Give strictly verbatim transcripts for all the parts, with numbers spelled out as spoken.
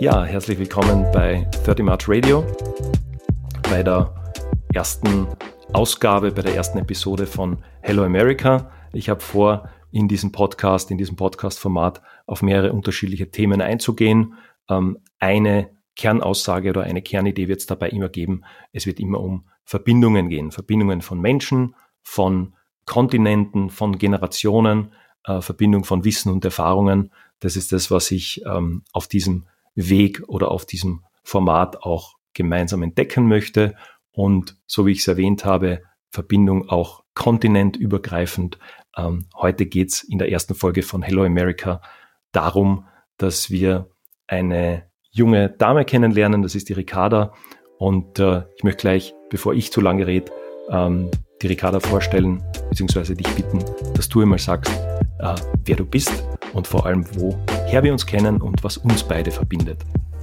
Ja, herzlich willkommen bei dreißig March Radio, bei der ersten Ausgabe, bei der ersten Episode von Hello America. Ich habe vor, in diesem Podcast, in diesem Podcast-Format auf mehrere unterschiedliche Themen einzugehen. Ähm, eine Kernaussage oder eine Kernidee wird es dabei immer geben. Es wird immer um Verbindungen gehen, Verbindungen von Menschen, von Kontinenten, von Generationen, äh, Verbindung von Wissen und Erfahrungen. Das ist das, was ich ähm, auf diesem Weg oder auf diesem Format auch gemeinsam entdecken möchte. Und so wie ich es erwähnt habe, Verbindung auch kontinentübergreifend. Ähm, heute geht es in der ersten Folge von Hello America darum, dass wir eine junge Dame kennenlernen, das ist die Ricarda. Und äh, ich möchte gleich, bevor ich zu lange rede, ähm, die Ricarda vorstellen, beziehungsweise dich bitten, dass du einmal sagst, äh, wer du bist und vor allem, woher wir uns kennen und was uns beide verbindet.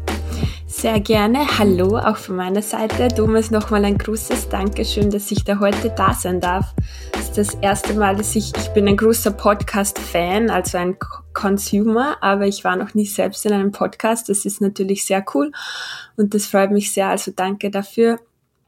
Sehr gerne. Hallo, auch von meiner Seite. Thomas, nochmal ein großes Dankeschön, dass ich da heute da sein darf. Das ist das erste Mal, dass ich, ich bin ein großer Podcast-Fan, also ein Consumer, aber ich war noch nie selbst in einem Podcast. Das ist natürlich sehr cool und das freut mich sehr, also danke dafür.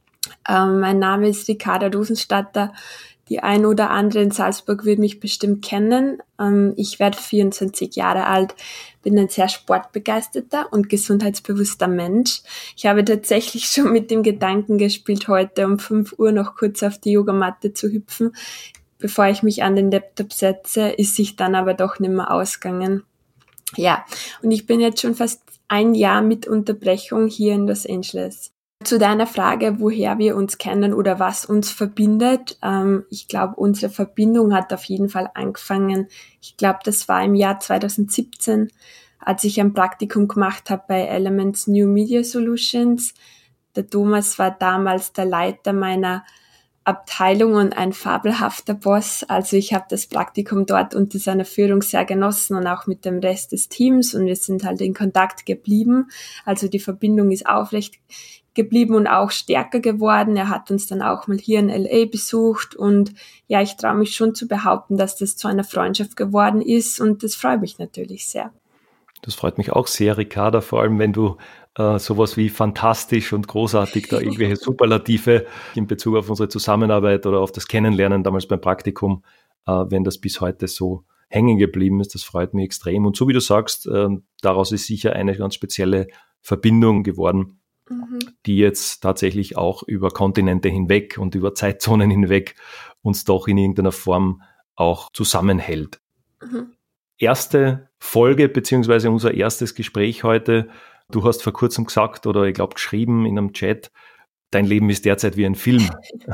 Ähm, mein Name ist Ricarda Rosenstatter. Die ein oder andere in Salzburg wird mich bestimmt kennen. Ähm, ich werde vierundzwanzig Jahre alt, bin ein sehr sportbegeisterter und gesundheitsbewusster Mensch. Ich habe tatsächlich schon mit dem Gedanken gespielt, heute um fünf Uhr noch kurz auf die Yogamatte zu hüpfen. Bevor ich mich an den Laptop setze, ist sich dann aber doch nicht mehr ausgegangen. Ja, und ich bin jetzt schon fast ein Jahr mit Unterbrechung hier in Los Angeles. Zu deiner Frage, woher wir uns kennen oder was uns verbindet. Ähm, ich glaube, unsere Verbindung hat auf jeden Fall angefangen. Ich glaube, das war im Jahr zwanzig siebzehn, als ich ein Praktikum gemacht habe bei Elements New Media Solutions. Der Thomas war damals der Leiter meiner Abteilung und ein fabelhafter Boss. Also ich habe das Praktikum dort unter seiner Führung sehr genossen und auch mit dem Rest des Teams und wir sind halt in Kontakt geblieben. Also die Verbindung ist aufrecht geblieben und auch stärker geworden. Er hat uns dann auch mal hier in L A besucht und ja, ich traue mich schon zu behaupten, dass das zu einer Freundschaft geworden ist und das freut mich natürlich sehr. Das freut mich auch sehr, Ricarda, vor allem wenn du äh, sowas wie fantastisch und großartig da irgendwelche Superlative in Bezug auf unsere Zusammenarbeit oder auf das Kennenlernen damals beim Praktikum, äh, wenn das bis heute so hängen geblieben ist, das freut mich extrem. Und so wie du sagst, äh, daraus ist sicher eine ganz spezielle Verbindung geworden, mhm. die jetzt tatsächlich auch über Kontinente hinweg und über Zeitzonen hinweg uns doch in irgendeiner Form auch zusammenhält. Mhm. Erste Folge beziehungsweise unser erstes Gespräch heute. Du hast vor kurzem gesagt oder ich glaube geschrieben in einem Chat, dein Leben ist derzeit wie ein Film.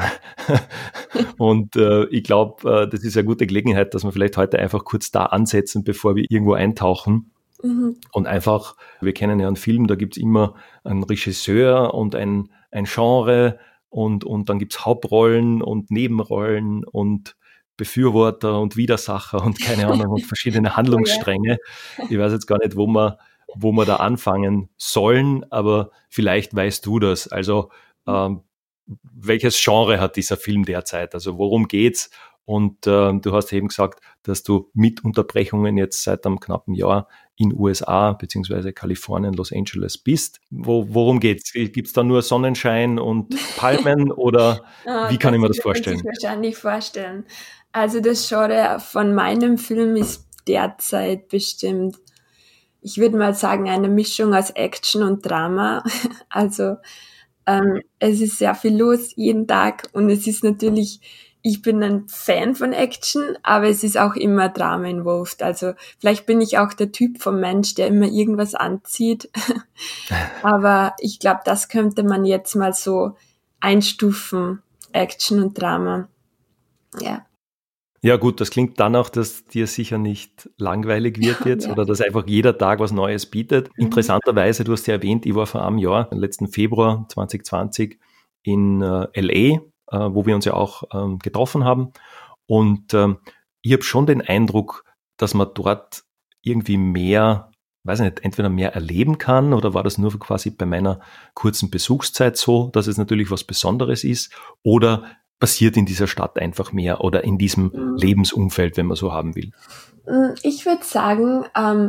Und äh, ich glaube, äh, das ist eine gute Gelegenheit, dass wir vielleicht heute einfach kurz da ansetzen, bevor wir irgendwo eintauchen. Mhm. Und einfach, wir kennen ja einen Film, da gibt's immer einen Regisseur und ein, ein Genre und, und dann gibt's Hauptrollen und Nebenrollen und Befürworter und Widersacher und keine Ahnung und verschiedene Handlungsstränge. Ich weiß jetzt gar nicht, wo wir, wo wir da anfangen sollen, aber vielleicht weißt du das. Also ähm, welches Genre hat dieser Film derzeit? Also worum geht's? Und äh, du hast eben gesagt, dass du mit Unterbrechungen jetzt seit einem knappen Jahr in U S A beziehungsweise Kalifornien, Los Angeles bist. Wo, worum geht's? Gibt's da nur Sonnenschein und Palmen oder oh, wie kann ich mir das vorstellen? Das kann ich mir wahrscheinlich vorstellen. Also das Genre von meinem Film ist derzeit bestimmt, ich würde mal sagen, eine Mischung aus Action und Drama. Also ähm, es ist sehr viel los jeden Tag und es ist natürlich, ich bin ein Fan von Action, aber es ist auch immer Drama involved. Also vielleicht bin ich auch der Typ vom Mensch, der immer irgendwas anzieht. Aber ich glaube, das könnte man jetzt mal so einstufen, Action und Drama. Ja. Ja gut, das klingt dann auch, dass dir sicher nicht langweilig wird jetzt ja. oder dass einfach jeder Tag was Neues bietet. Mhm. Interessanterweise, du hast ja erwähnt, ich war vor einem Jahr, letzten Februar zwanzig zwanzig in äh, L A, äh, wo wir uns ja auch ähm, getroffen haben. Und ähm, ich habe schon den Eindruck, dass man dort irgendwie mehr, weiß nicht, entweder mehr erleben kann oder war das nur quasi bei meiner kurzen Besuchszeit so, dass es natürlich was Besonderes ist oder passiert in dieser Stadt einfach mehr oder in diesem mhm. Lebensumfeld, wenn man so haben will? Ich würde sagen, ähm,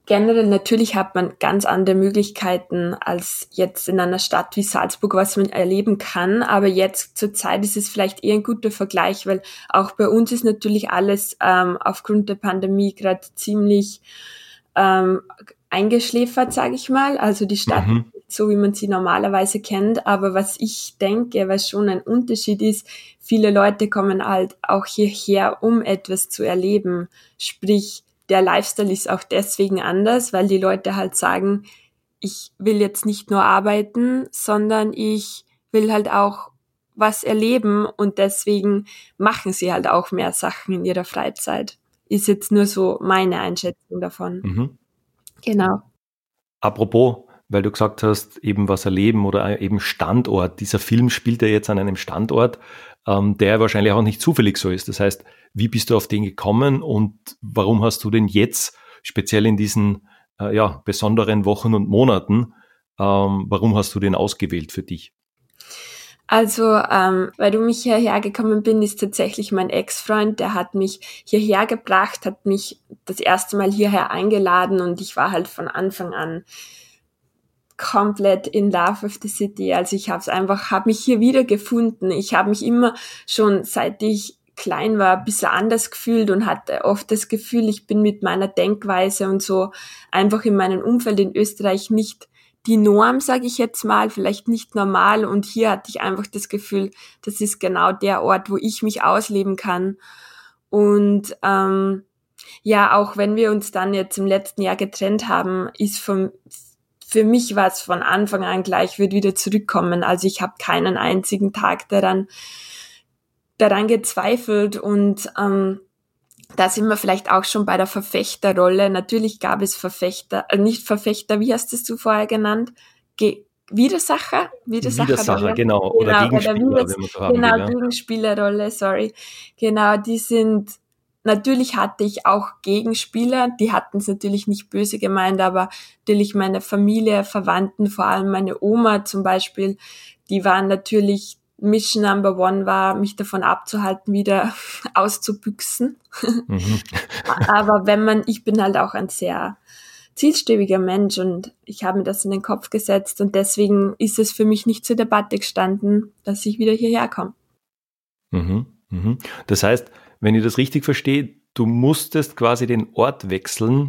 generell natürlich hat man ganz andere Möglichkeiten als jetzt in einer Stadt wie Salzburg, was man erleben kann. Aber jetzt zur Zeit ist es vielleicht eher ein guter Vergleich, weil auch bei uns ist natürlich alles ähm, aufgrund der Pandemie gerade ziemlich ähm, eingeschläfert, sage ich mal. Also die Stadt Mhm. so, wie man sie normalerweise kennt. Aber was ich denke, was schon ein Unterschied ist, viele Leute kommen halt auch hierher, um etwas zu erleben. Sprich, der Lifestyle ist auch deswegen anders, weil die Leute halt sagen, ich will jetzt nicht nur arbeiten, sondern ich will halt auch was erleben und deswegen machen sie halt auch mehr Sachen in ihrer Freizeit. Ist jetzt nur so meine Einschätzung davon. Mhm. Genau. Apropos, weil du gesagt hast, eben was erleben oder eben Standort. Dieser Film spielt ja jetzt an einem Standort, ähm, der wahrscheinlich auch nicht zufällig so ist. Das heißt, wie bist du auf den gekommen und warum hast du den jetzt, speziell in diesen äh, ja, besonderen Wochen und Monaten, ähm, warum hast du den ausgewählt für dich? Also, ähm, weil du mich hierher gekommen bin, ist tatsächlich mein Ex-Freund, der hat mich hierher gebracht, hat mich das erste Mal hierher eingeladen und ich war halt von Anfang an komplett in love with the city. Also ich habe es einfach, habe mich hier wiedergefunden. Ich habe mich immer schon, seit ich klein war, ein bisschen anders gefühlt und hatte oft das Gefühl, ich bin mit meiner Denkweise und so einfach in meinem Umfeld in Österreich nicht die Norm, sage ich jetzt mal, vielleicht nicht normal. Und hier hatte ich einfach das Gefühl, das ist genau der Ort, wo ich mich ausleben kann. Und ähm, ja, auch wenn wir uns dann jetzt im letzten Jahr getrennt haben, ist vom für mich war es von Anfang an gleich, wird wieder zurückkommen. Also ich habe keinen einzigen Tag daran, daran gezweifelt und ähm, da sind wir vielleicht auch schon bei der Verfechterrolle. Natürlich gab es Verfechter, äh, nicht Verfechter, wie hast es du vorher genannt? Ge- Widersacher? Widersacher, Widersacher, genau, oder genau, Gegenspieler, oder wenn man so haben genau, will. Ja. Gegenspielerrolle, sorry. Genau, die sind, natürlich hatte ich auch Gegenspieler, die hatten es natürlich nicht böse gemeint, aber natürlich meine Familie, Verwandten, vor allem meine Oma zum Beispiel, die waren natürlich, Mission Number One war, mich davon abzuhalten, wieder auszubüchsen. Mhm. Aber wenn man, ich bin halt auch ein sehr zielstrebiger Mensch und ich habe mir das in den Kopf gesetzt und deswegen ist es für mich nicht zur Debatte gestanden, dass ich wieder hierher komme. Mhm. Mhm. Das heißt, wenn ich das richtig verstehe, du musstest quasi den Ort wechseln,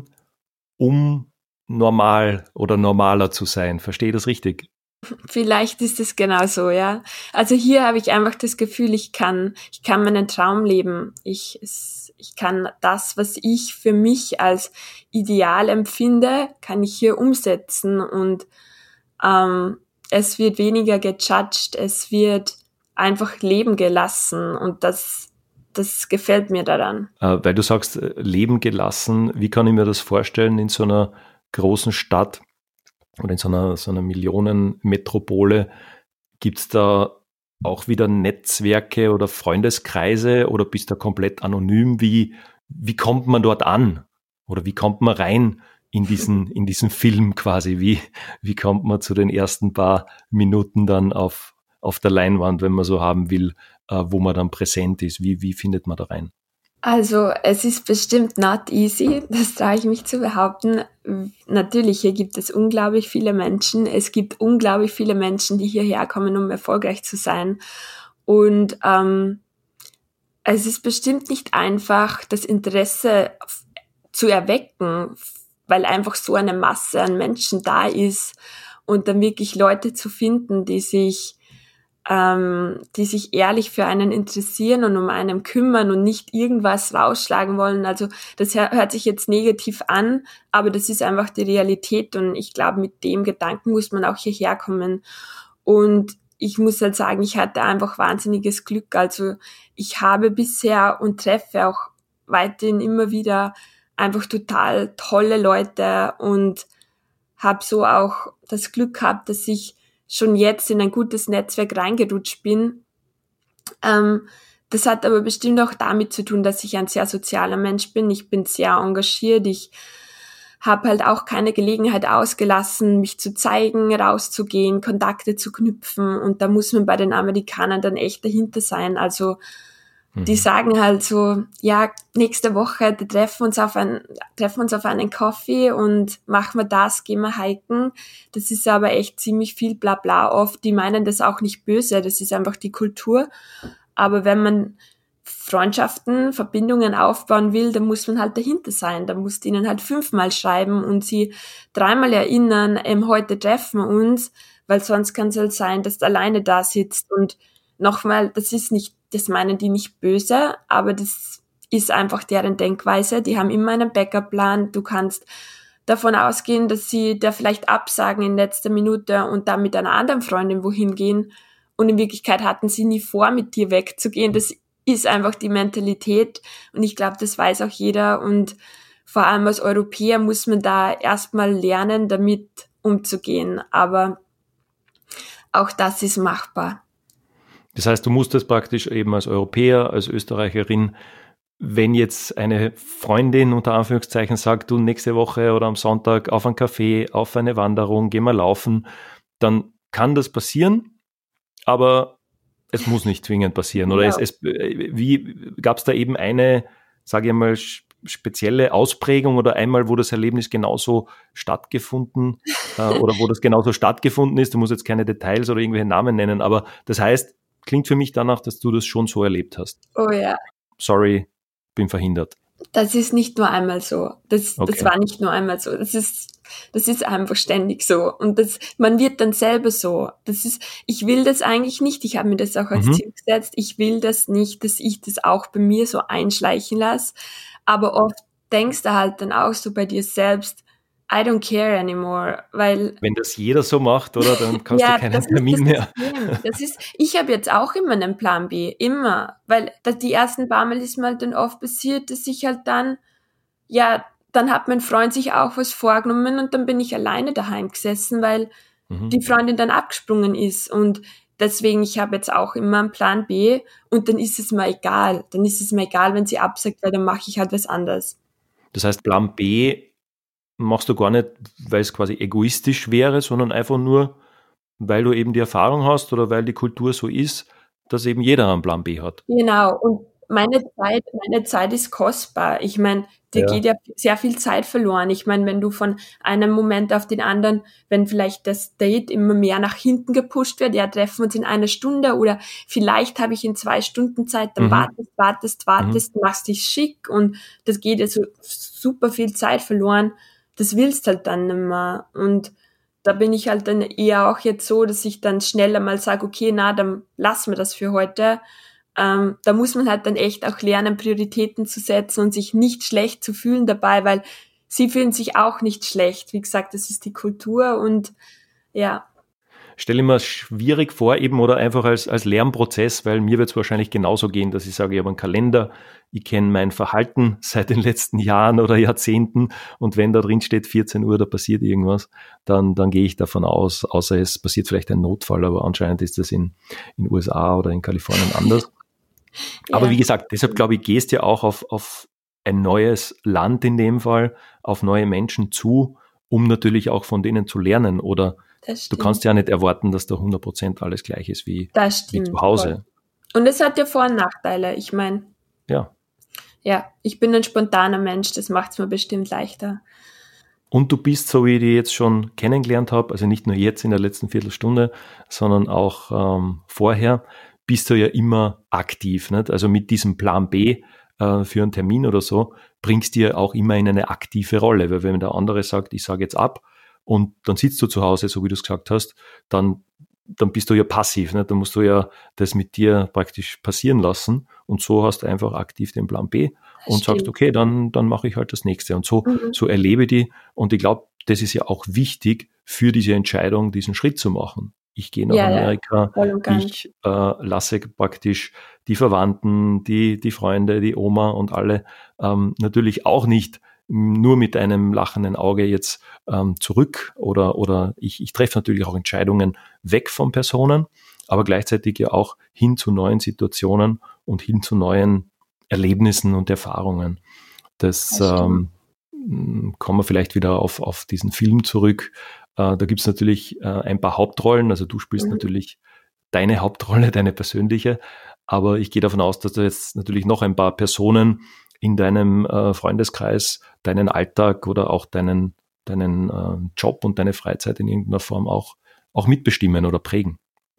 um normal oder normaler zu sein. Verstehe ich das richtig? Vielleicht ist es genau so, ja. Also hier habe ich einfach das Gefühl, ich kann, ich kann meinen Traum leben. Ich, es, ich kann das, was ich für mich als ideal empfinde, kann ich hier umsetzen und ähm, es wird weniger gejudged, es wird einfach leben gelassen und das, das gefällt mir daran. Äh, weil du sagst, äh, Leben gelassen, wie kann ich mir das vorstellen in so einer großen Stadt oder in so einer, so einer Millionenmetropole? Gibt es da auch wieder Netzwerke oder Freundeskreise oder bist du komplett anonym? Wie, wie kommt man dort an? Oder wie kommt man rein in diesen, in diesen Film quasi? Wie, wie kommt man zu den ersten paar Minuten dann auf, auf der Leinwand, wenn man so haben will, äh, wo man dann präsent ist? Wie, wie findet man da rein? Also es ist bestimmt not easy, das traue ich mich zu behaupten. Natürlich, hier gibt es unglaublich viele Menschen. Es gibt unglaublich viele Menschen, die hierher kommen, um erfolgreich zu sein. Und ähm, es ist bestimmt nicht einfach, das Interesse zu erwecken, weil einfach so eine Masse an Menschen da ist und dann wirklich Leute zu finden, die sich ähm, die sich ehrlich für einen interessieren und um einen kümmern und nicht irgendwas rausschlagen wollen. Also das hört sich jetzt negativ an, aber das ist einfach die Realität und ich glaube, mit dem Gedanken muss man auch hierher kommen. Und ich muss halt sagen, ich hatte einfach wahnsinniges Glück. Also ich habe bisher und treffe auch weiterhin immer wieder einfach total tolle Leute und habe so auch das Glück gehabt, dass ich schon jetzt in ein gutes Netzwerk reingerutscht bin. Ähm, das hat aber bestimmt auch damit zu tun, dass ich ein sehr sozialer Mensch bin. Ich bin sehr engagiert. Ich habe halt auch keine Gelegenheit ausgelassen, mich zu zeigen, rauszugehen, Kontakte zu knüpfen. Und da muss man bei den Amerikanern dann echt dahinter sein. Also Die sagen halt so, ja, nächste Woche die treffen wir uns auf ein, treffen wir uns auf einen Kaffee und machen wir das, gehen wir hiken. Das ist aber echt ziemlich viel Blabla oft. Die meinen das auch nicht böse, das ist einfach die Kultur. Aber wenn man Freundschaften, Verbindungen aufbauen will, dann muss man halt dahinter sein. Da musst du ihnen halt fünfmal schreiben und sie dreimal erinnern, ähm, heute treffen wir uns, weil sonst kann es halt sein, dass du alleine da sitzt. Und nochmal, das ist nicht, das meinen die nicht böse, aber das ist einfach deren Denkweise. Die haben immer einen Backup-Plan. Du kannst davon ausgehen, dass sie da vielleicht absagen in letzter Minute und dann mit einer anderen Freundin wohin gehen. Und in Wirklichkeit hatten sie nie vor, mit dir wegzugehen. Das ist einfach die Mentalität. Und ich glaube, das weiß auch jeder. Und vor allem als Europäer muss man da erstmal lernen, damit umzugehen. Aber auch das ist machbar. Das heißt, du musstest praktisch eben als Europäer, als Österreicherin, wenn jetzt eine Freundin unter Anführungszeichen sagt, du nächste Woche oder am Sonntag auf ein Café, auf eine Wanderung, geh mal laufen, dann kann das passieren, aber es muss nicht zwingend passieren. Oder ja. es, es, wie gab es da eben eine, sage ich mal, spezielle Ausprägung oder einmal, wo das Erlebnis genauso stattgefunden äh, oder wo das genauso stattgefunden ist? Du musst jetzt keine Details oder irgendwelche Namen nennen, aber das heißt, klingt für mich danach, dass du das schon so erlebt hast. Oh ja. Sorry, bin verhindert. Das ist nicht nur einmal so. Das, okay. das war nicht nur einmal so. Das ist, das ist einfach ständig so. Und das, man wird dann selber so. Das ist, ich will das eigentlich nicht. Ich habe mir das auch als mhm. Ziel gesetzt. Ich will das nicht, dass ich das auch bei mir so einschleichen lasse. Aber oft denkst du halt dann auch so bei dir selbst, I don't care anymore, weil... Wenn das jeder so macht, oder, dann kannst ja, du keinen Termin mehr. Das ist, ich habe jetzt auch immer einen Plan B, immer, weil die ersten paar Mal ist mir halt dann oft passiert, dass ich halt dann, ja, dann hat mein Freund sich auch was vorgenommen und dann bin ich alleine daheim gesessen, weil mhm. die Freundin dann abgesprungen ist und deswegen, ich habe jetzt auch immer einen Plan B und dann ist es mir egal, dann ist es mir egal, wenn sie absagt, weil dann mache ich halt was anderes. Das heißt, Plan B machst du gar nicht, weil es quasi egoistisch wäre, sondern einfach nur, weil du eben die Erfahrung hast oder weil die Kultur so ist, dass eben jeder einen Plan B hat. Genau, und meine Zeit, meine Zeit ist kostbar. Ich meine, dir ja. geht ja sehr viel Zeit verloren. Ich meine, wenn du von einem Moment auf den anderen, wenn vielleicht das Date immer mehr nach hinten gepusht wird, ja, treffen wir uns in einer Stunde oder vielleicht habe ich in zwei Stunden Zeit, dann mhm. wartest, wartest, wartest, mhm. machst dich schick und das geht ja so super viel Zeit verloren. Das willst halt dann nicht mehr. Und da bin ich halt dann eher auch jetzt so, dass ich dann schneller mal sage, okay, na, dann lassen wir das für heute. Ähm, da muss man halt dann echt auch lernen, Prioritäten zu setzen und sich nicht schlecht zu fühlen dabei, weil sie fühlen sich auch nicht schlecht. Wie gesagt, das ist die Kultur und ja. Stelle ich mir schwierig vor, eben oder einfach als, als Lernprozess, weil mir wird es wahrscheinlich genauso gehen, dass ich sage, ich habe einen Kalender, ich kenne mein Verhalten seit den letzten Jahren oder Jahrzehnten und wenn da drin steht vierzehn Uhr, da passiert irgendwas, dann, dann gehe ich davon aus, außer es passiert vielleicht ein Notfall, aber anscheinend ist das in den U S A oder in Kalifornien anders. Ja. Aber wie gesagt, deshalb glaube ich, gehst ja auch auf, auf ein neues Land in dem Fall, auf neue Menschen zu, um natürlich auch von denen zu lernen oder du kannst ja nicht erwarten, dass da hundert Prozent alles gleich ist wie, wie zu Hause. Voll. Und es hat ja Vor- und Nachteile. Ich meine, ja. ja, ich bin ein spontaner Mensch, das macht es mir bestimmt leichter. Und du bist, so wie ich dich jetzt schon kennengelernt habe, also nicht nur jetzt in der letzten Viertelstunde, sondern auch ähm, vorher, bist du ja immer aktiv. Nicht? Also mit diesem Plan B äh, für einen Termin oder so, bringst du ja auch immer in eine aktive Rolle. Weil wenn der andere sagt, ich sage jetzt ab, und dann sitzt du zu Hause, so wie du es gesagt hast, dann, dann bist du ja passiv. Ne? Dann musst du ja das mit dir praktisch passieren lassen. Und so hast du einfach aktiv den Plan B und Stimmt. sagst, okay, dann, dann mache ich halt das nächste. Und so, mhm. so erlebe ich die. Und ich glaube, das ist ja auch wichtig für diese Entscheidung, diesen Schritt zu machen. Ich gehe nach ja, Amerika, ja. ich äh, lasse praktisch die Verwandten, die, die Freunde, die Oma und alle ähm, natürlich auch nicht nur mit einem lachenden Auge jetzt ähm, zurück oder, oder ich, ich treffe natürlich auch Entscheidungen weg von Personen, aber gleichzeitig ja auch hin zu neuen Situationen und hin zu neuen Erlebnissen und Erfahrungen. Das, das ähm, kommen wir vielleicht wieder auf, auf diesen Film zurück. Äh, da gibt es natürlich äh, ein paar Hauptrollen, also du spielst mhm. natürlich deine Hauptrolle, deine persönliche, Aber ich gehe davon aus, dass du jetzt natürlich noch ein paar Personen in deinem äh, Freundeskreis deinen Alltag oder auch deinen, deinen äh, Job und deine Freizeit in irgendeiner Form auch, auch mitbestimmen oder prägen.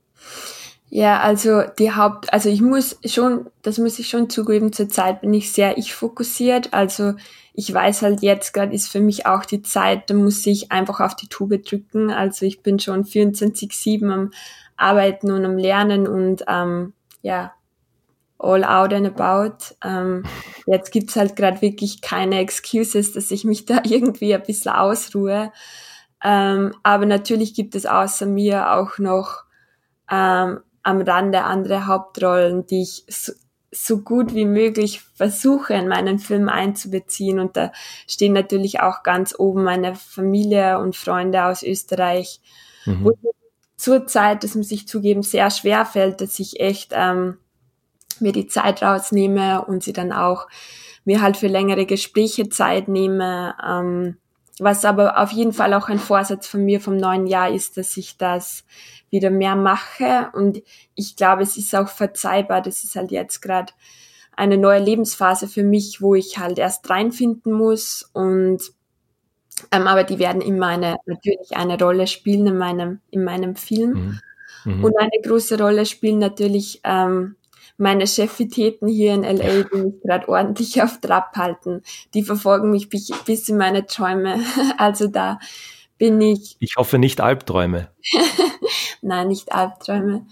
Ja, also die Haupt, also ich muss schon, das muss ich schon zugeben, zurzeit bin ich sehr ich fokussiert, also ich weiß halt jetzt gerade ist für mich auch die Zeit, da muss ich einfach auf die Tube drücken, also ich bin schon vierundzwanzig sieben am Arbeiten und am Lernen und ähm, ja, all out and about. Ähm, jetzt gibt's halt gerade wirklich keine Excuses, dass ich mich da irgendwie ein bisschen ausruhe, ähm, aber natürlich gibt es außer mir auch noch ähm, am Rande andere Hauptrollen, die ich so, so gut wie möglich versuche, in meinen Film einzubeziehen. Und da stehen natürlich auch ganz oben meine Familie und Freunde aus Österreich, mhm. wo zurzeit, das muss ich zugeben, sehr schwer fällt, dass ich echt ähm, mir die Zeit rausnehme und sie dann auch mir halt für längere Gespräche Zeit nehme. Ähm, was aber auf jeden Fall auch ein Vorsatz von mir vom neuen Jahr ist, dass ich das wieder mehr mache und ich glaube, es ist auch verzeihbar, das ist halt jetzt gerade eine neue Lebensphase für mich, wo ich halt erst reinfinden muss und ähm, aber die werden immer eine, natürlich eine Rolle spielen in meinem, in meinem Film mhm. Mhm. und eine große Rolle spielen natürlich ähm, meine Chefitäten hier in L A, die mich gerade ordentlich auf Trab halten, die verfolgen mich bis, bis in meine Träume, also da bin ich... Ich hoffe nicht Albträume. Nein, nicht Albträume.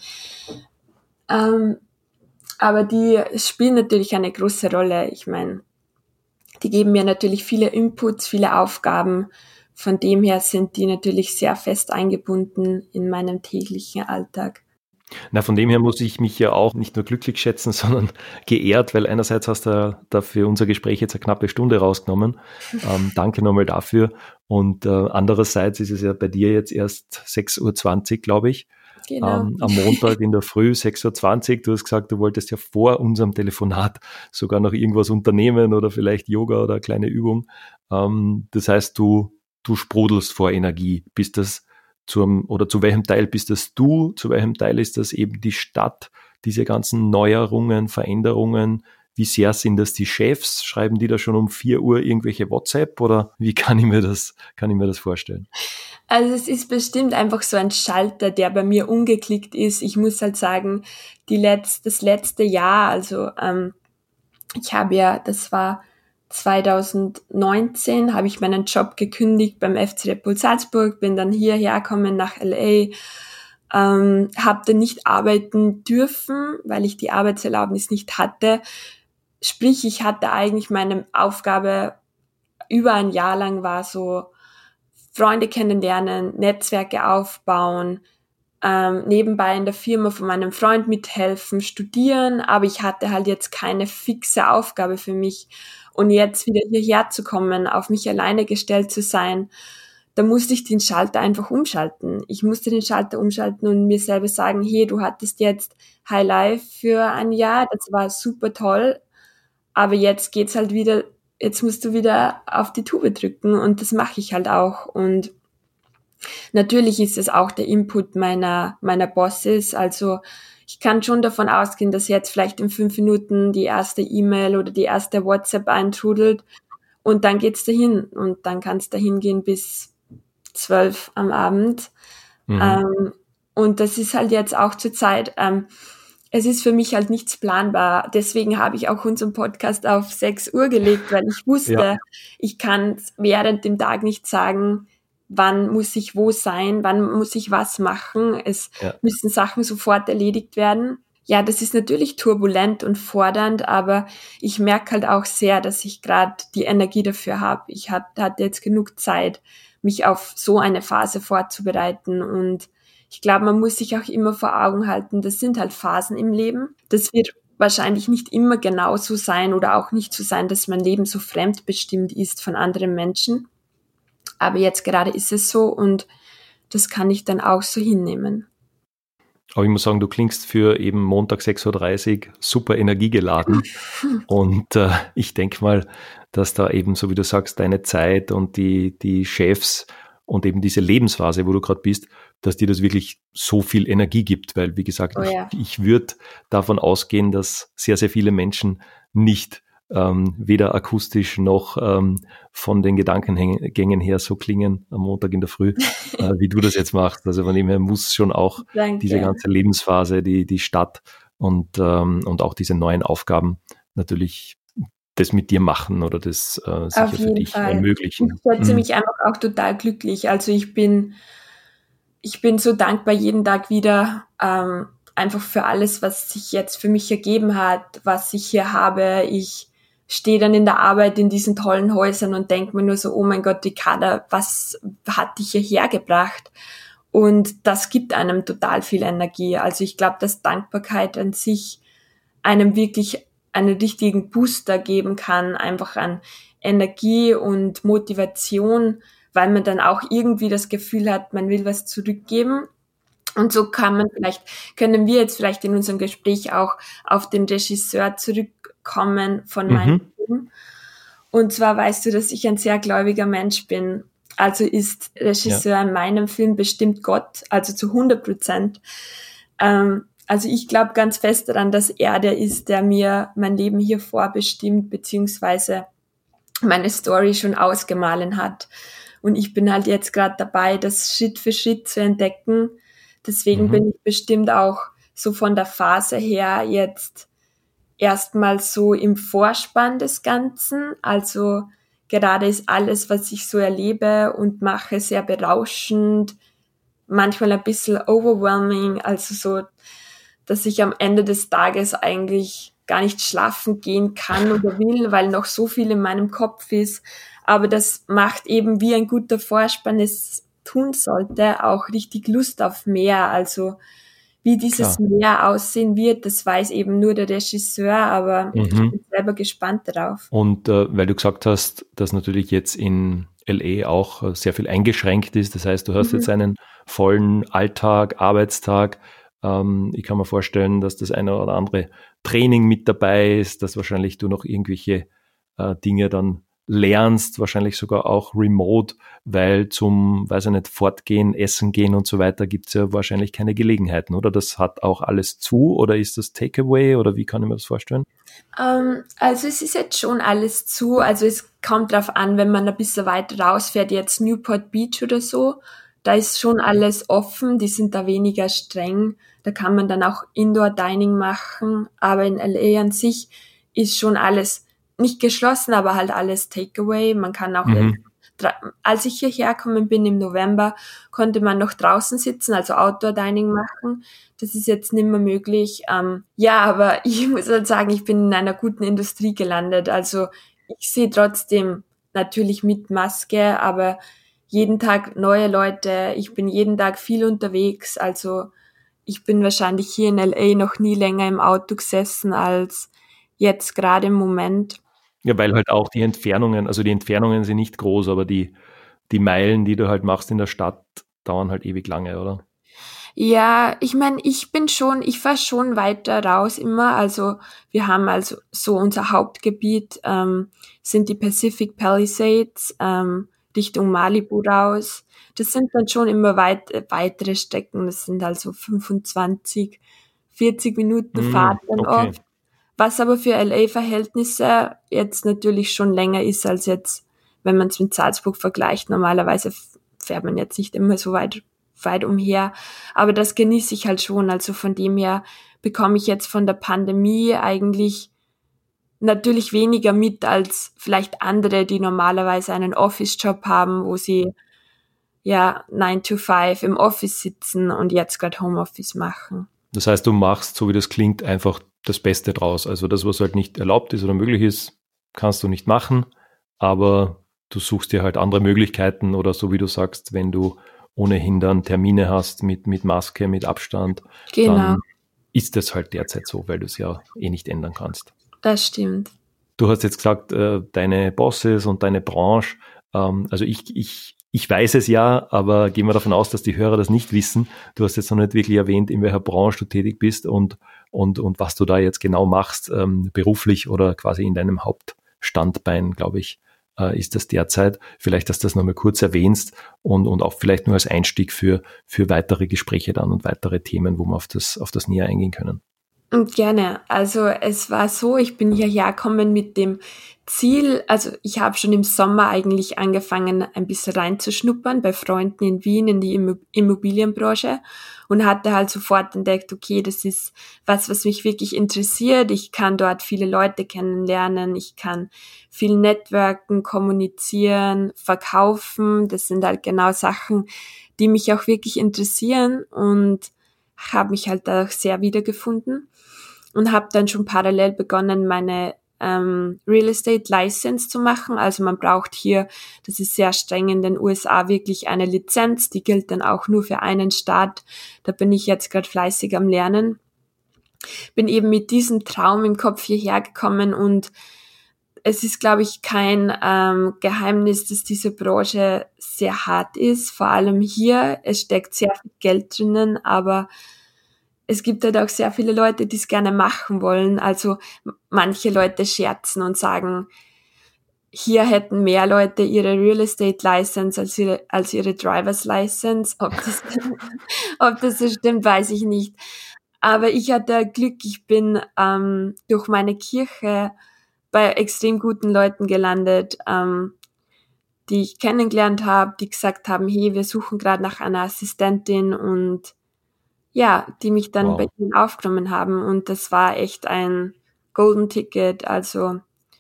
Ähm, aber die spielen natürlich eine große Rolle. Ich meine, die geben mir natürlich viele Inputs, viele Aufgaben. Von dem her sind die natürlich sehr fest eingebunden in meinem täglichen Alltag. Na, von dem her muss ich mich ja auch nicht nur glücklich schätzen, sondern geehrt, weil einerseits hast du da für unser Gespräch jetzt eine knappe Stunde rausgenommen. Ähm, danke nochmal dafür. Und äh, andererseits ist es ja bei dir jetzt erst sechs Uhr zwanzig, glaube ich. Genau. Ähm, am Montag in der Früh, sechs Uhr zwanzig. Du hast gesagt, du wolltest ja vor unserem Telefonat sogar noch irgendwas unternehmen oder vielleicht Yoga oder eine kleine Übung. Ähm, das heißt, du, du sprudelst vor Energie. Bist das zum, oder zu welchem Teil bist das du, zu welchem Teil ist das eben die Stadt, diese ganzen Neuerungen, Veränderungen, wie sehr sind das die Chefs, schreiben die da schon um vier Uhr irgendwelche WhatsApp oder wie kann ich mir das, kann ich mir das vorstellen? Also es ist bestimmt einfach so ein Schalter, der bei mir umgeklickt ist. Ich muss halt sagen, die letzt, das letzte Jahr, also ähm, ich habe ja, das war zwanzig neunzehn habe ich meinen Job gekündigt beim F C Red Bull Salzburg, bin dann hierher gekommen nach L A, ähm, habe dann nicht arbeiten dürfen, weil ich die Arbeitserlaubnis nicht hatte. Sprich, ich hatte eigentlich meine Aufgabe über ein Jahr lang war so Freunde kennenlernen, Netzwerke aufbauen, ähm, nebenbei in der Firma von meinem Freund mithelfen, studieren, aber ich hatte halt jetzt keine fixe Aufgabe für mich. Und jetzt wieder hierher zu kommen, auf mich alleine gestellt zu sein, da musste ich den Schalter einfach umschalten. Ich musste den Schalter umschalten und mir selber sagen, hey, du hattest jetzt High Life für ein Jahr, das war super toll, aber jetzt geht's halt wieder, jetzt musst du wieder auf die Tube drücken und das mache ich halt auch. Und natürlich ist es auch der Input meiner, meiner Bosses, also ich kann schon davon ausgehen, dass jetzt vielleicht in fünf Minuten die erste E-Mail oder die erste WhatsApp eintrudelt und dann geht's dahin und dann kann es dahin gehen bis zwölf am Abend. Mhm. Ähm, und das ist halt jetzt auch zur Zeit, ähm, es ist für mich halt nichts planbar. Deswegen habe ich auch unseren Podcast auf sechs Uhr gelegt, weil ich wusste, ja. ich kann während dem Tag nicht sagen, wann muss ich wo sein, wann muss ich was machen. Es ja. müssen Sachen sofort erledigt werden. Ja, das ist natürlich turbulent und fordernd, aber ich merke halt auch sehr, dass ich gerade die Energie dafür habe. Ich hat, hatte jetzt genug Zeit, mich auf so eine Phase vorzubereiten und ich glaube, man muss sich auch immer vor Augen halten, das sind halt Phasen im Leben. Das wird wahrscheinlich nicht immer genauso sein oder auch nicht so sein, dass mein Leben so fremdbestimmt ist von anderen Menschen. Aber jetzt gerade ist es so und das kann ich dann auch so hinnehmen. Aber ich muss sagen, du klingst für eben Montag sechs Uhr dreißig super energiegeladen. Und äh, ich denke mal, dass da eben, so wie du sagst, deine Zeit und die, die Chefs und eben diese Lebensphase, wo du gerade bist, dass dir das wirklich so viel Energie gibt, weil, wie gesagt, Oh ich, ja. ich würde davon ausgehen, dass sehr, sehr viele Menschen nicht ähm, weder akustisch noch ähm, von den Gedankengängen her so klingen am Montag in der Früh, äh, wie du das jetzt machst. Also von dem her muss schon auch Danke. diese ganze Lebensphase, die, die Stadt und, ähm, und auch diese neuen Aufgaben natürlich das mit dir machen oder das äh, sicher Auf für jeden dich Fall. ermöglichen. Ich schätze Mhm. mich einfach auch total glücklich. Also ich bin, ich bin so dankbar jeden Tag wieder, ähm, einfach für alles, was sich jetzt für mich ergeben hat, was ich hier habe. Ich stehe dann in der Arbeit in diesen tollen Häusern und denke mir nur so, oh mein Gott, Ricarda, was hat dich hierher gebracht? Und das gibt einem total viel Energie. Also ich glaube, dass Dankbarkeit an sich einem wirklich einen richtigen Booster geben kann, einfach an Energie und Motivation, weil man dann auch irgendwie das Gefühl hat, man will was zurückgeben. Und so kann man vielleicht, können wir jetzt vielleicht in unserem Gespräch auch auf den Regisseur zurückkommen von Mhm. meinem Film. Und zwar weißt du, dass ich ein sehr gläubiger Mensch bin. Also ist Regisseur in meinem Film bestimmt Gott, also zu hundert Prozent. Ähm, also ich glaube ganz fest daran, dass er der ist, der mir mein Leben hier vorbestimmt, beziehungsweise meine Story schon ausgemahlen hat. Und ich bin halt jetzt gerade dabei, das Schritt für Schritt zu entdecken. Deswegen Mhm. bin ich bestimmt auch so von der Phase her jetzt erstmal so im Vorspann des Ganzen. Also gerade ist alles, was ich so erlebe und mache, sehr berauschend, manchmal ein bisschen overwhelming, also so, dass ich am Ende des Tages eigentlich gar nicht schlafen gehen kann oder will, weil noch so viel in meinem Kopf ist. Aber das macht eben, wie ein guter Vorspann es tun sollte, auch richtig Lust auf mehr. Also wie dieses Klar. Meer aussehen wird, das weiß eben nur der Regisseur, aber Mhm. ich bin selber gespannt darauf. Und äh, weil du gesagt hast, dass natürlich jetzt in L A auch äh, sehr viel eingeschränkt ist, das heißt, du hast Mhm. jetzt einen vollen Alltag, Arbeitstag. Ähm, ich kann mir vorstellen, dass das eine oder andere Training mit dabei ist, dass wahrscheinlich du noch irgendwelche äh, Dinge dann lernst, wahrscheinlich sogar auch remote, weil zum, weiß ich nicht, Fortgehen, Essen gehen und so weiter gibt es ja wahrscheinlich keine Gelegenheiten, oder? Das hat auch alles zu, oder ist das Takeaway, oder wie kann ich mir das vorstellen? Ähm, also es ist jetzt schon alles zu, also es kommt drauf an, wenn man ein bisschen weiter rausfährt, jetzt Newport Beach oder so, da ist schon alles offen, die sind da weniger streng, da kann man dann auch Indoor-Dining machen, aber in L A an sich ist schon alles nicht geschlossen, aber halt alles Takeaway. Man kann auch Mhm. jetzt, als ich hierher gekommen bin im November, konnte man noch draußen sitzen, also Outdoor-Dining machen. Das ist jetzt nicht mehr möglich. Ähm, ja, aber ich muss halt sagen, ich bin in einer guten Industrie gelandet. Also ich sehe trotzdem natürlich mit Maske, aber jeden Tag neue Leute. Ich bin jeden Tag viel unterwegs. Also ich bin wahrscheinlich hier in L A noch nie länger im Auto gesessen als jetzt gerade im Moment. Ja, weil halt auch die Entfernungen, also die Entfernungen sind nicht groß, aber die, die Meilen, die du halt machst in der Stadt, dauern halt ewig lange, oder? Ja, ich meine, ich bin schon, ich fahre schon weiter raus immer. Also wir haben also so unser Hauptgebiet ähm, sind die Pacific Palisades ähm, Richtung Malibu raus. Das sind dann schon immer weit, äh, weitere Strecken. Das sind also fünfundzwanzig, vierzig Minuten Mm, Fahrt dann okay. oft. Was aber für L A-Verhältnisse jetzt natürlich schon länger ist als jetzt, wenn man es mit Salzburg vergleicht. Normalerweise fährt man jetzt nicht immer so weit, weit umher. Aber das genieße ich halt schon. Also von dem her bekomme ich jetzt von der Pandemie eigentlich natürlich weniger mit als vielleicht andere, die normalerweise einen Office-Job haben, wo sie ja nine to five im Office sitzen und jetzt gerade Homeoffice machen. Das heißt, du machst, so wie das klingt, einfach das Beste draus. Also das, was halt nicht erlaubt ist oder möglich ist, kannst du nicht machen, aber du suchst dir halt andere Möglichkeiten oder so wie du sagst, wenn du ohnehin dann Termine hast mit, mit Maske, mit Abstand, Genau, dann ist das halt derzeit so, weil du es ja eh nicht ändern kannst. das stimmt. Du hast jetzt gesagt, äh, deine Bosses und deine Branche, ähm, also ich, ich, ich weiß es ja, aber gehen wir davon aus, dass die Hörer das nicht wissen. Du hast jetzt noch nicht wirklich erwähnt, in welcher Branche du tätig bist und, und, und was du da jetzt genau machst, ähm, beruflich oder quasi in deinem Hauptstandbein, glaube ich, äh, ist das derzeit. Vielleicht, dass du das nochmal kurz erwähnst und, und auch vielleicht nur als Einstieg für, für weitere Gespräche dann und weitere Themen, wo wir auf das, auf das näher eingehen können. Und gerne. Also es war so, ich bin hierher gekommen mit dem Ziel, also ich habe schon im Sommer eigentlich angefangen, ein bisschen reinzuschnuppern bei Freunden in Wien in die Immobilienbranche und hatte halt sofort entdeckt, okay, das ist was, was mich wirklich interessiert. Ich kann dort viele Leute kennenlernen, ich kann viel networken, kommunizieren, verkaufen. Das sind halt genau Sachen, die mich auch wirklich interessieren und habe mich halt da auch sehr wiedergefunden und habe dann schon parallel begonnen, meine ähm, Real Estate License zu machen. Also man braucht hier, das ist sehr streng in den U S A, wirklich eine Lizenz, die gilt dann auch nur für einen Staat. Da bin ich jetzt gerade fleißig am Lernen. Bin eben mit diesem Traum im Kopf hierher gekommen und es ist, glaube ich, kein ähm, Geheimnis, dass diese Branche sehr hart ist, vor allem hier. Es steckt sehr viel Geld drinnen, aber es gibt halt auch sehr viele Leute, die es gerne machen wollen. Also manche Leute scherzen und sagen, hier hätten mehr Leute ihre Real Estate License als ihre, als ihre Driver's License. Ob das, ob das so stimmt, weiß ich nicht. Aber ich hatte Glück, ich bin ähm, durch meine Kirche bei extrem guten Leuten gelandet, ähm, die ich kennengelernt habe, die gesagt haben, hey, wir suchen gerade nach einer Assistentin und ja, die mich dann wow. bei ihnen aufgenommen haben und das war echt ein Golden Ticket, also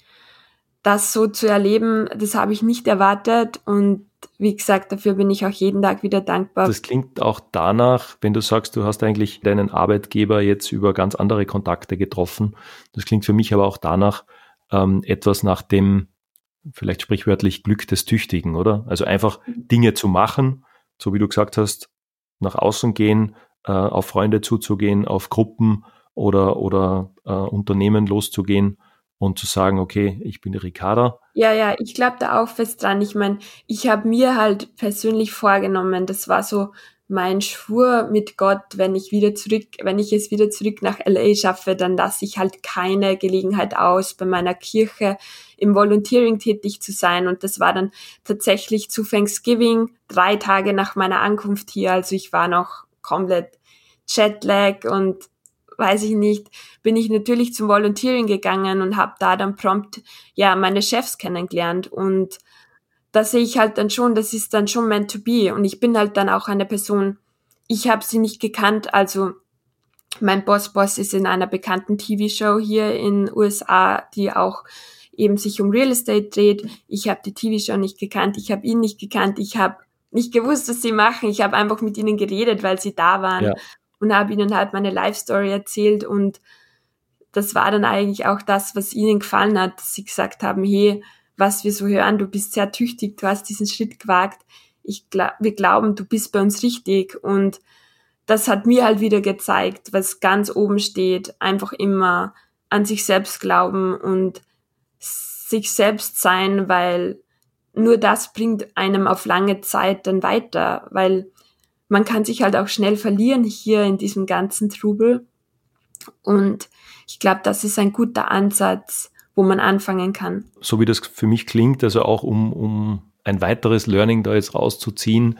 das so zu erleben, das habe ich nicht erwartet und wie gesagt, dafür bin ich auch jeden Tag wieder dankbar. Das klingt auch danach, wenn du sagst, du hast eigentlich deinen Arbeitgeber jetzt über ganz andere Kontakte getroffen, das klingt für mich aber auch danach, ähm, etwas nach dem, vielleicht sprichwörtlich Glück des Tüchtigen, oder? Also einfach Dinge zu machen, so wie du gesagt hast, nach außen gehen, äh, auf Freunde zuzugehen, auf Gruppen oder, oder äh, Unternehmen loszugehen und zu sagen, okay, ich bin die Ricarda. Ja, ja, ich glaube da auch fest dran. Ich meine, ich habe mir halt persönlich vorgenommen, das war so mein Schwur mit Gott, wenn ich wieder zurück, wenn ich es wieder zurück nach L A schaffe, dann lasse ich halt keine Gelegenheit aus, bei meiner Kirche im Volunteering tätig zu sein. Und das war dann tatsächlich zu Thanksgiving, drei Tage nach meiner Ankunft hier. Also ich war noch komplett Jetlag und weiß ich nicht, bin ich natürlich zum Volunteering gegangen und habe da dann prompt ja meine Chefs kennengelernt und da sehe ich halt dann schon, das ist dann schon meant to be und ich bin halt dann auch eine Person, ich habe sie nicht gekannt, also mein Boss-Boss ist in einer bekannten T V-Show hier in U S A, die auch eben sich um Real Estate dreht. Ich habe die T V-Show nicht gekannt, ich habe ihn nicht gekannt, ich habe nicht gewusst, was sie machen, ich habe einfach mit ihnen geredet, weil sie da waren ja. und habe ihnen halt meine Life-Story erzählt und das war dann eigentlich auch das, was ihnen gefallen hat, dass sie gesagt haben, hey, was wir so hören, du bist sehr tüchtig, du hast diesen Schritt gewagt, ich glaub, wir glauben, du bist bei uns richtig und das hat mir halt wieder gezeigt, was ganz oben steht, einfach immer an sich selbst glauben und sich selbst sein, weil nur das bringt einem auf lange Zeit dann weiter, weil man kann sich halt auch schnell verlieren hier in diesem ganzen Trubel und ich glaube, das ist ein guter Ansatz, wo man anfangen kann. So wie das für mich klingt, also auch um, um ein weiteres Learning da jetzt rauszuziehen,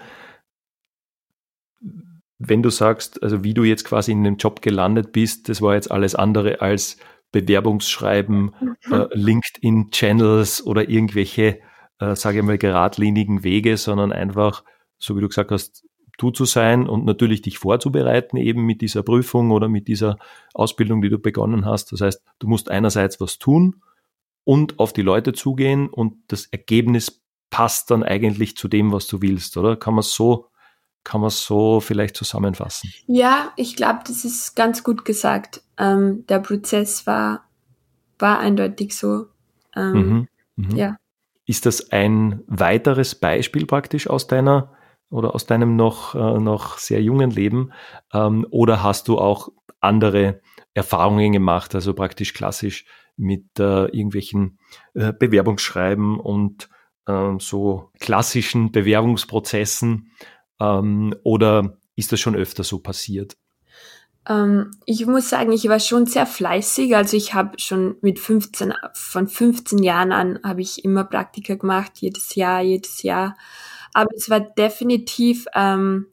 wenn du sagst, also wie du jetzt quasi in dem Job gelandet bist, das war jetzt alles andere als Bewerbungsschreiben, mhm. äh, LinkedIn-Channels oder irgendwelche, äh, sage ich mal, geradlinigen Wege, sondern einfach, so wie du gesagt hast, du zu sein und natürlich dich vorzubereiten eben mit dieser Prüfung oder mit dieser Ausbildung, die du begonnen hast. Das heißt, du musst einerseits was tun und auf die Leute zugehen und das Ergebnis passt dann eigentlich zu dem, was du willst, oder? Kann man es so, kann man es so vielleicht zusammenfassen? Ja, ich glaube, das ist ganz gut gesagt. Ähm, der Prozess war, war eindeutig so. Ähm, mhm, mh. Ja. Ist das ein weiteres Beispiel praktisch aus deiner oder aus deinem noch, äh, noch sehr jungen Leben? Ähm, oder hast du auch andere Erfahrungen gemacht, also praktisch klassisch mit äh, irgendwelchen äh, Bewerbungsschreiben und äh, so klassischen Bewerbungsprozessen? Ähm, oder ist das schon öfter so passiert? Ähm, ich muss sagen, ich war schon sehr fleißig. Also ich habe schon mit fünfzehn, von fünfzehn Jahren an habe ich immer Praktika gemacht, jedes Jahr, jedes Jahr. Aber es war definitiv, ähm,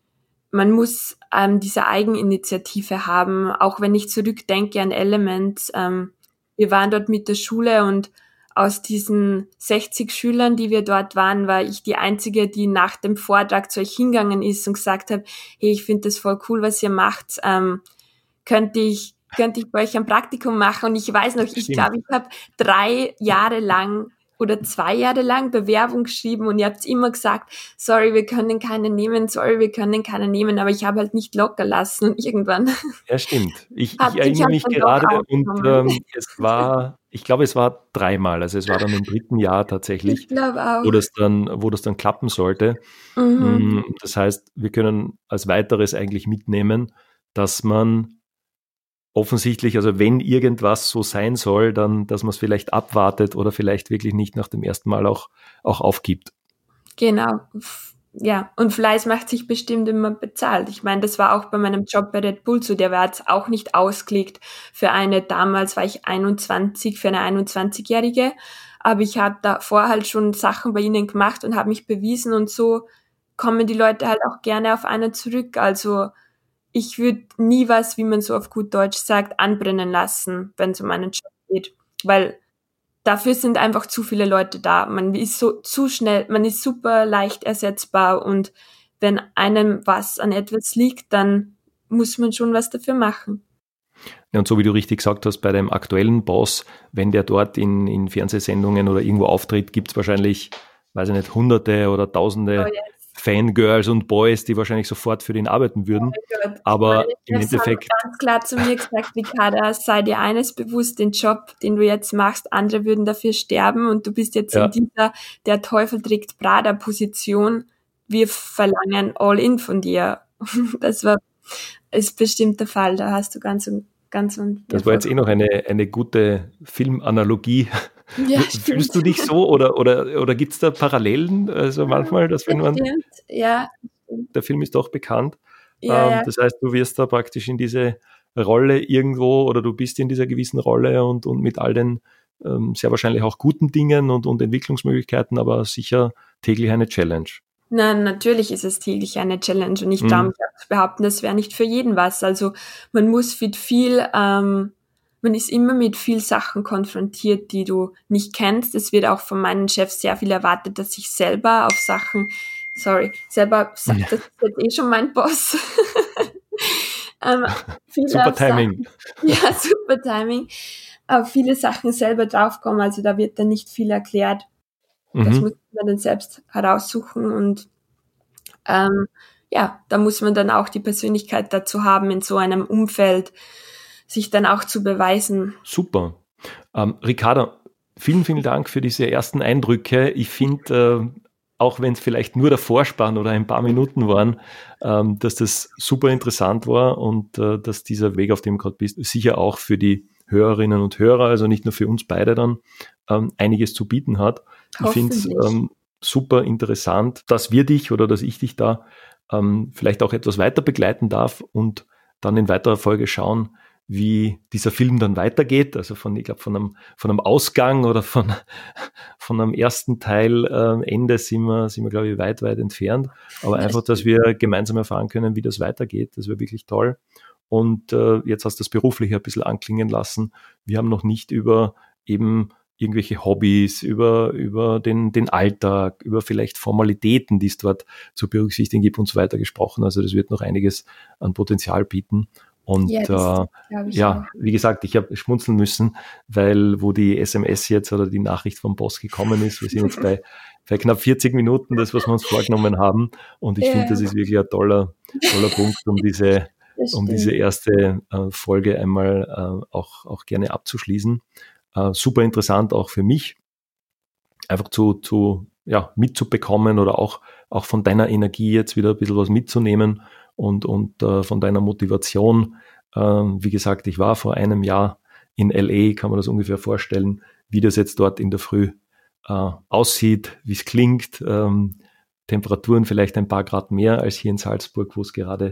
man muss ähm, diese Eigeninitiative haben. Auch wenn ich zurückdenke an Elements, ähm, wir waren dort mit der Schule und aus diesen sechzig Schülern, die wir dort waren, war ich die Einzige, die nach dem Vortrag zu euch hingegangen ist und gesagt hat, hey, ich finde das voll cool, was ihr macht. Ähm, könnte ich, könnte ich bei euch ein Praktikum machen? Und ich weiß noch, ich Stimmt. glaube, ich habe drei Jahre lang oder zwei Jahre lang Bewerbung geschrieben und ihr habt immer gesagt, sorry, wir können keine nehmen, sorry, wir können keine nehmen, aber ich habe halt nicht locker lassen und irgendwann Ja, stimmt. Ich, hab ich ich erinnere hab mich dann doch gerade und aufgenommen. ähm, es war, ich glaube, es war dreimal, also es war dann im dritten Jahr Ich tatsächlich, glaube wo auch. das dann, wo das dann klappen sollte. Mhm. Mm, Das heißt, wir können als weiteres eigentlich mitnehmen, dass man offensichtlich, also wenn irgendwas so sein soll, dann, dass man es vielleicht abwartet oder vielleicht wirklich nicht nach dem ersten Mal auch, auch aufgibt. Genau. F- Ja, und Fleiß macht sich bestimmt immer bezahlt. Ich meine, das war auch bei meinem Job bei Red Bull so. Der war jetzt auch nicht ausgelegt für eine, damals war ich einundzwanzig, für eine einundzwanzigjährige. Aber ich habe davor halt schon Sachen bei ihnen gemacht und habe mich bewiesen und so kommen die Leute halt auch gerne auf einen zurück. Also ich würde nie was, wie man so auf gut Deutsch sagt, anbrennen lassen, wenn es um einen Job geht. Weil dafür sind einfach zu viele Leute da. Man ist so zu schnell, man ist super leicht ersetzbar und wenn einem was an etwas liegt, dann muss man schon was dafür machen. Ja, und so wie du richtig gesagt hast, bei dem aktuellen Boss, wenn der dort in, in Fernsehsendungen oder irgendwo auftritt, gibt es wahrscheinlich, weiß ich nicht, Hunderte oder Oh Tausende ja, Fangirls und Boys, die wahrscheinlich sofort für den arbeiten würden. Gott. Aber Meine im Chefs haben Endeffekt, ganz klar zu mir gesagt, Ricarda, sei dir eines bewusst, den Job, den du jetzt machst, andere würden dafür sterben und du bist jetzt in ja, dieser der Teufel trägt Prada-Position. Wir verlangen all in von dir. Das war, ist bestimmt der Fall, da hast du ganz und ganz und ja, das war jetzt eh vollkommen. noch eine, eine gute Filmanalogie. Ja, Fühlst stimmt. du dich so oder, oder, oder gibt es da Parallelen? Also manchmal, dass Das wenn man, stimmt, ja. der Film ist doch bekannt, Ja, ähm, ja. das heißt, du wirst da praktisch in diese Rolle irgendwo oder du bist in dieser gewissen Rolle und, und mit all den ähm, sehr wahrscheinlich auch guten Dingen und, und Entwicklungsmöglichkeiten, aber sicher täglich eine Challenge. Na, natürlich ist es täglich eine Challenge und ich traue Mhm. mich auch zu behaupten, das wäre nicht für jeden was. Also man muss mit viel, ähm, man ist immer mit viel Sachen konfrontiert, die du nicht kennst. Es wird auch von meinen Chefs sehr viel erwartet, dass ich selber auf Sachen, sorry, selber, sa- das ist jetzt eh schon mein Boss, ähm, viele Super auf Sachen, Timing. ja, super Timing, auf viele Sachen selber draufkommen. Also da wird dann nicht viel erklärt. Das muss Mhm. man dann selbst heraussuchen und ähm, ja, da muss man dann auch die Persönlichkeit dazu haben, in so einem Umfeld sich dann auch zu beweisen. Super. Ähm, Ricarda, vielen, vielen Dank für diese ersten Eindrücke. Ich finde, äh, auch wenn es vielleicht nur der Vorspann oder ein paar Minuten waren, ähm, dass das super interessant war und äh, dass dieser Weg, auf dem du gerade bist, sicher auch für die Hörerinnen und Hörer, also nicht nur für uns beide dann, ähm, einiges zu bieten hat. Ich finde es Hoffentlich. ähm, super interessant, dass wir dich oder dass ich dich da ähm, vielleicht auch etwas weiter begleiten darf und dann in weiterer Folge schauen, wie dieser Film dann weitergeht, also von, ich glaube, von einem, von einem Ausgang oder von, von einem ersten Teil äh, Ende sind wir, sind wir, glaube ich, weit, weit entfernt. Aber einfach, dass wir gemeinsam erfahren können, wie das weitergeht, das wäre wirklich toll. Und äh, jetzt hast du das Berufliche ein bisschen anklingen lassen. Wir haben noch nicht über eben irgendwelche Hobbys, über, über den, den Alltag, über vielleicht Formalitäten, die es dort zu berücksichtigen gibt und so weiter gesprochen. Also das wird noch einiges an Potenzial bieten. Und Ja, äh, das glaube ich auch. ja, wie gesagt, ich habe schmunzeln müssen, weil wo die S M S jetzt oder die Nachricht vom Boss gekommen ist, wir sind jetzt bei, bei knapp vierzig Minuten, das, was wir uns vorgenommen haben. Und ich finde, Ja, das ist wirklich ein toller, toller Punkt, um diese, das um diese stimmt. erste äh, Folge einmal äh, auch, auch gerne abzuschließen. Äh, super interessant auch für mich, einfach zu, zu ja, mitzubekommen oder auch, auch von deiner Energie jetzt wieder ein bisschen was mitzunehmen und, und äh, von deiner Motivation. Äh, wie gesagt, ich war vor einem Jahr in L A, kann man das ungefähr vorstellen, wie das jetzt dort in der Früh äh, aussieht, wie es klingt. Ähm, Temperaturen vielleicht ein paar Grad mehr als hier in Salzburg, wo es gerade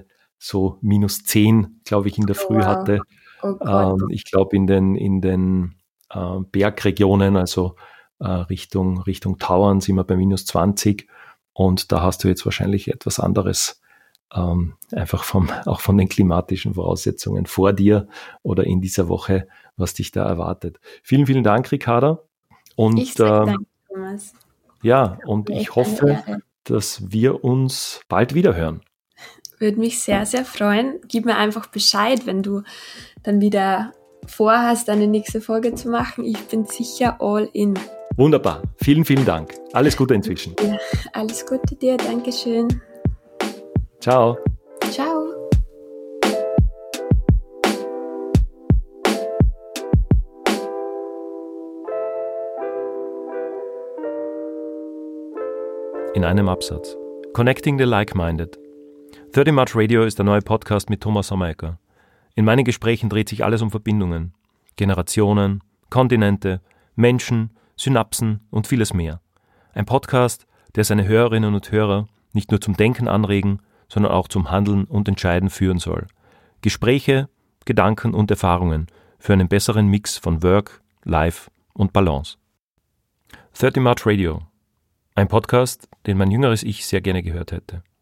so minus zehn, glaube ich, in der Früh Wow. hatte. Oh Gott. Ähm, ich glaube, in den, in den äh, Bergregionen, also äh, Richtung, Richtung Tauern, sind wir bei minus zwanzig. Und da hast du jetzt wahrscheinlich etwas anderes, ähm, einfach vom, auch von den klimatischen Voraussetzungen vor dir oder in dieser Woche, was dich da erwartet. Vielen, vielen Dank, Ricarda. Und Ich sage ähm, danke, Thomas. ja, und Mir ich echt eine hoffe, Ehre. dass wir uns bald wieder hören. Würde mich sehr, sehr freuen. Gib mir einfach Bescheid, wenn du dann wieder vorhast, eine nächste Folge zu machen. Ich bin sicher all in. Wunderbar. Vielen, vielen Dank. Alles Gute inzwischen. Ja, alles Gute dir. Dankeschön. Ciao. Ciao. In einem Absatz. Connecting the Like-Minded. thirty March Radio ist der neue Podcast mit Thomas Sommerecker. In meinen Gesprächen dreht sich alles um Verbindungen, Generationen, Kontinente, Menschen, Synapsen und vieles mehr. Ein Podcast, der seine Hörerinnen und Hörer nicht nur zum Denken anregen, sondern auch zum Handeln und Entscheiden führen soll. Gespräche, Gedanken und Erfahrungen für einen besseren Mix von Work, Life und Balance. thirty March Radio. Ein Podcast, den mein jüngeres Ich sehr gerne gehört hätte.